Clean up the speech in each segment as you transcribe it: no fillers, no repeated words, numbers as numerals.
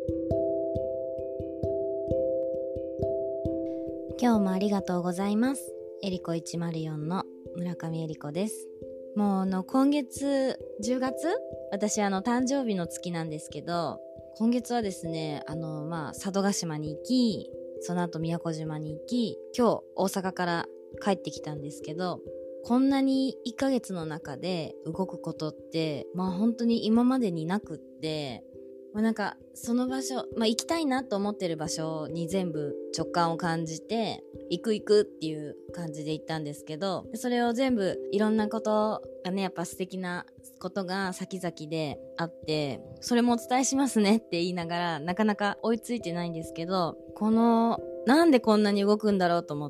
今日もありがとうございます。エリコ104の村上エリコです。もう今月10月、私誕生日の月なんですけど、今月はですね、佐渡島に行き、その後宮古島に行き、今日大阪から帰ってきたんですけど、こんなに1ヶ月の中で動くことって本当に今までになくって、その場所、行きたいなと思ってる場所に全部直感を感じて行くっていう感じで行ったんですけど、それを全部いろんなことがね、やっぱ素敵なことが先々であって、それもお伝えしますねって言いながらなかなか追いついてないんですけど、なんでこんなに動くんだろうと思って、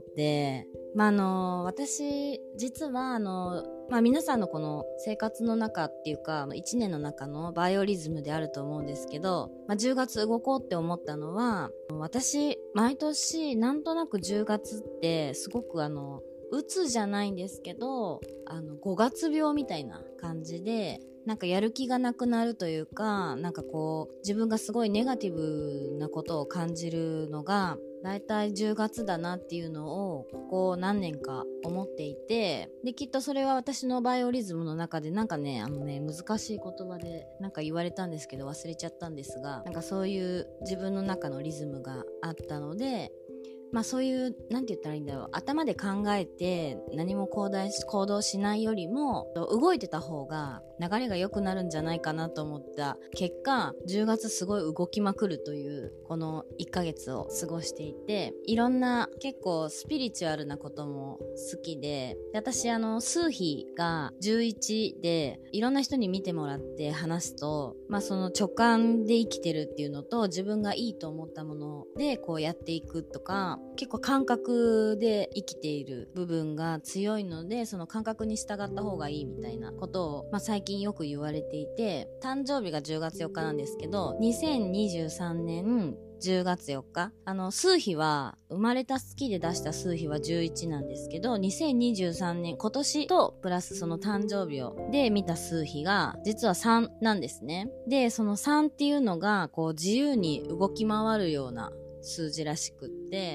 私実は皆さんのこの生活の中っていうか1年の中のバイオリズムであると思うんですけど、10月動こうって思ったのは、私毎年なんとなく10月ってすごくうつじゃないんですけど5月病みたいな感じでやる気がなくなるというか、自分がすごいネガティブなことを感じるのがだいたい10月だなっていうのをここ何年か思っていて、できっとそれは私のバイオリズムの中で難しい言葉で言われたんですけど忘れちゃったんですが、そういう自分の中のリズムがあったので、そういうなんて言ったらいいんだろう、頭で考えて何も行動しないよりも動いてた方が流れが良くなるんじゃないかなと思った結果、10月すごい動きまくるというこの1ヶ月を過ごしていて、いろんな結構スピリチュアルなことも好きで、私数比が11でいろんな人に見てもらって話すと、その直感で生きてるっていうのと自分がいいと思ったものでこうやっていくとか、結構感覚で生きている部分が強いので、その感覚に従った方がいいみたいなことを、最近よく言われていて、誕生日が10月4日なんですけど、2023年10月4日数比は生まれた月で出した数比は11なんですけど、2023年今年とプラスその誕生日をで見た数比が実は3なんですね。でその3っていうのがこう自由に動き回るような数字らしくって、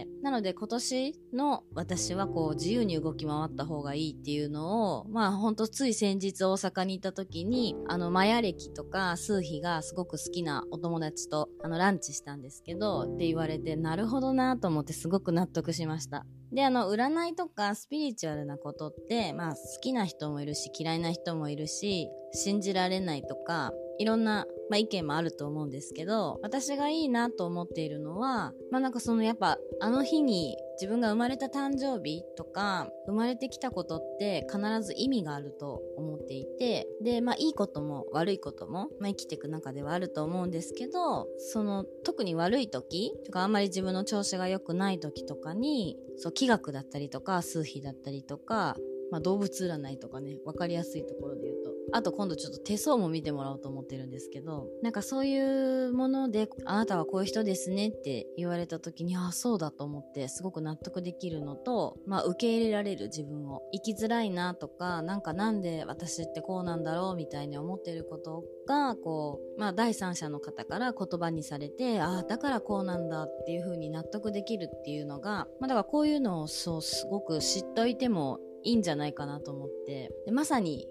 なので今年の私はこう自由に動き回った方がいいっていうのをほんとつい先日大阪に行った時にマヤ暦とか数比がすごく好きなお友達とランチしたんですけどって言われて、なるほどなと思ってすごく納得しました。で占いとかスピリチュアルなことって好きな人もいるし嫌いな人もいるし、信じられないとかいろんな、意見もあると思うんですけど、私がいいなと思っているのはやっぱ日に自分が生まれた誕生日とか生まれてきたことって必ず意味があると思っていて、でいいことも悪いことも、生きていく中ではあると思うんですけど、特に悪い時とかあんまり自分の調子が良くない時とかに気学だったりとか数比だったりとか、動物占いとかね、分かりやすいところで言うと、あと今度ちょっと手相も見てもらおうと思ってるんですけど、そういうものであなたはこういう人ですねって言われた時に、そうだと思ってすごく納得できるのと、受け入れられる自分を、生きづらいなとかなんで私ってこうなんだろうみたいに思ってることが第三者の方から言葉にされて、だからこうなんだっていう風に納得できるっていうのが、だからこういうのをすごく知っといてもいいんじゃないかなと思って、でまさに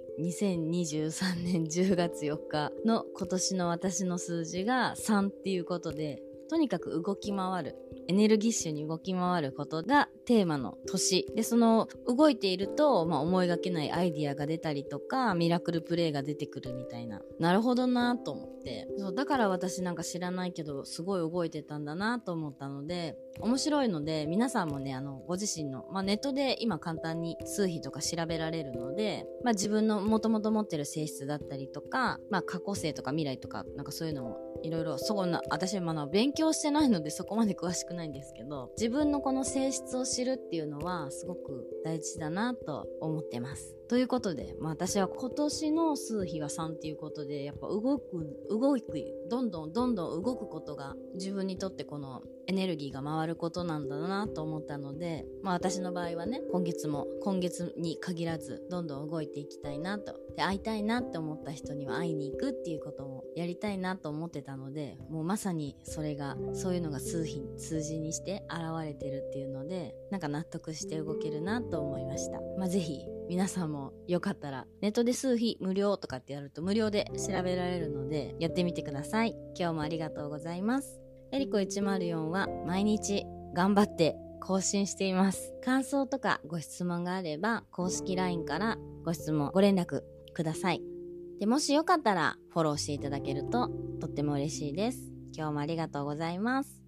2023年10月4日の今年の私の数字が3っていうことで、とにかく動き回る、エネルギッシュに動き回ることがテーマの年で、動いていると、思いがけないアイディアが出たりとかミラクルプレイが出てくるみたいな、なるほどなと思って、だから私知らないけどすごい動いてたんだなと思ったので、面白いので皆さんもねご自身の、ネットで今簡単に数比とか調べられるので、自分のもともと持ってる性質だったりとか、過去性とか未来とかそういうのもいろいろ、私勉強してないのでそこまで詳しくないんですけど、自分のこの性質を知るっていうのはすごく大事だなと思ってます。ということで、私は今年の数比が3っていうことで、やっぱ動くどんどん動くことが自分にとってこのエネルギーが回わることなんだなと思ったので、私の場合はね、今月に限らずどんどん動いていきたいなと。で、会いたいなって思った人には会いに行くっていうこともやりたいなと思ってたので、もうまさにそういうのが数字にして現れてるっていうので、なんか納得して動けるなと思いました。ぜひ皆さんもよかったらネットで数比無料とかってやると無料で調べられるのでやってみてください。今日もありがとうございます。エリコ104は毎日頑張って更新しています。感想とかご質問があれば公式 LINE からご連絡ください。で、もしよかったらフォローしていただけるととっても嬉しいです。今日もありがとうございます。